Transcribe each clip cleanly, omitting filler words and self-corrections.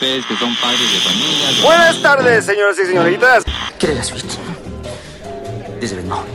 ustedes que son padres de familia. Buenas tardes, señoras y señoritas. Quelle est la suite des événements?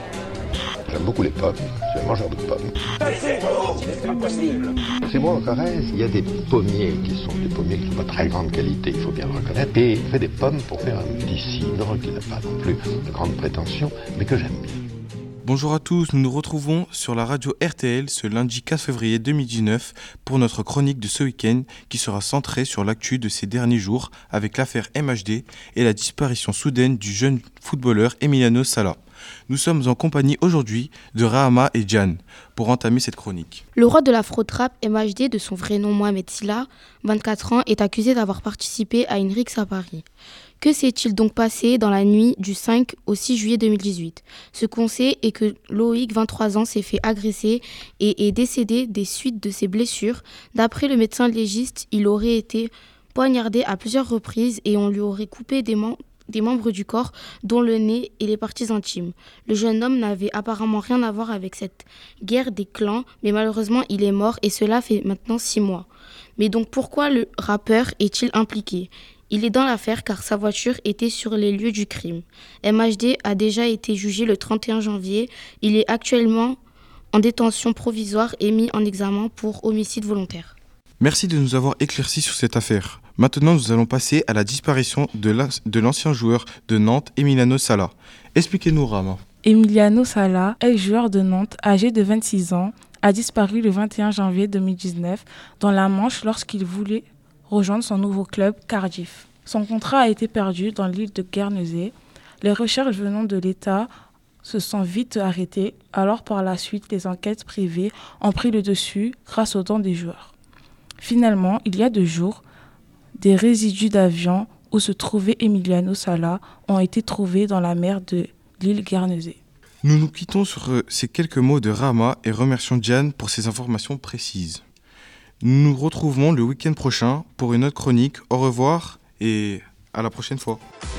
J'aime beaucoup les pommes, je suis un mangeur de pommes. C'est pas possible. Chez moi en Corrèze, il y a des pommiers qui sont de pas très grande qualité, il faut bien le reconnaître. Et il fait des pommes pour faire un petit cidre qui n'a pas non plus de grande prétention, mais que j'aime bien. Bonjour à tous, nous nous retrouvons sur la radio RTL ce lundi 4 février 2019 pour notre chronique de ce week-end qui sera centrée sur l'actu de ces derniers jours avec l'affaire MHD et la disparition soudaine du jeune footballeur Emiliano Sala. Nous sommes en compagnie aujourd'hui de Rahama et Diane pour entamer cette chronique. Le roi de la fraude rap MHD, de son vrai nom Mohamed Silla, 24 ans, est accusé d'avoir participé à une rixe à Paris. Que s'est-il donc passé dans la nuit du 5 au 6 juillet 2018 ? Ce qu'on sait est que Loïc, 23 ans, s'est fait agresser et est décédé des suites de ses blessures. D'après le médecin légiste, il aurait été poignardé à plusieurs reprises et on lui aurait coupé des membres du corps, dont le nez et les parties intimes. Le jeune homme n'avait apparemment rien à voir avec cette guerre des clans, mais malheureusement il est mort et cela fait maintenant 6 mois. Mais donc pourquoi le rappeur est-il impliqué ? Il est dans l'affaire car sa voiture était sur les lieux du crime. MHD a déjà été jugé le 31 janvier. Il est actuellement en détention provisoire et mis en examen pour homicide volontaire. Merci de nous avoir éclaircis sur cette affaire. Maintenant, nous allons passer à la disparition de l'ancien joueur de Nantes, Emiliano Sala. Expliquez-nous, Rama. Emiliano Sala, ex-joueur de Nantes, âgé de 26 ans, a disparu le 21 janvier 2019 dans la Manche lorsqu'il voulait rejoindre son nouveau club Cardiff. Son contrat a été perdu dans l'île de Guernesey. Les recherches venant de l'État se sont vite arrêtées, alors par la suite, les enquêtes privées ont pris le dessus grâce aux dons des joueurs. Finalement, il y a 2 jours, des résidus d'avion où se trouvait Emiliano Sala ont été trouvés dans la mer de l'île Guernesey. Nous nous quittons sur ces quelques mots de Rama et remercions Diane pour ces informations précises. Nous nous retrouvons le week-end prochain pour une autre chronique. Au revoir et à la prochaine fois.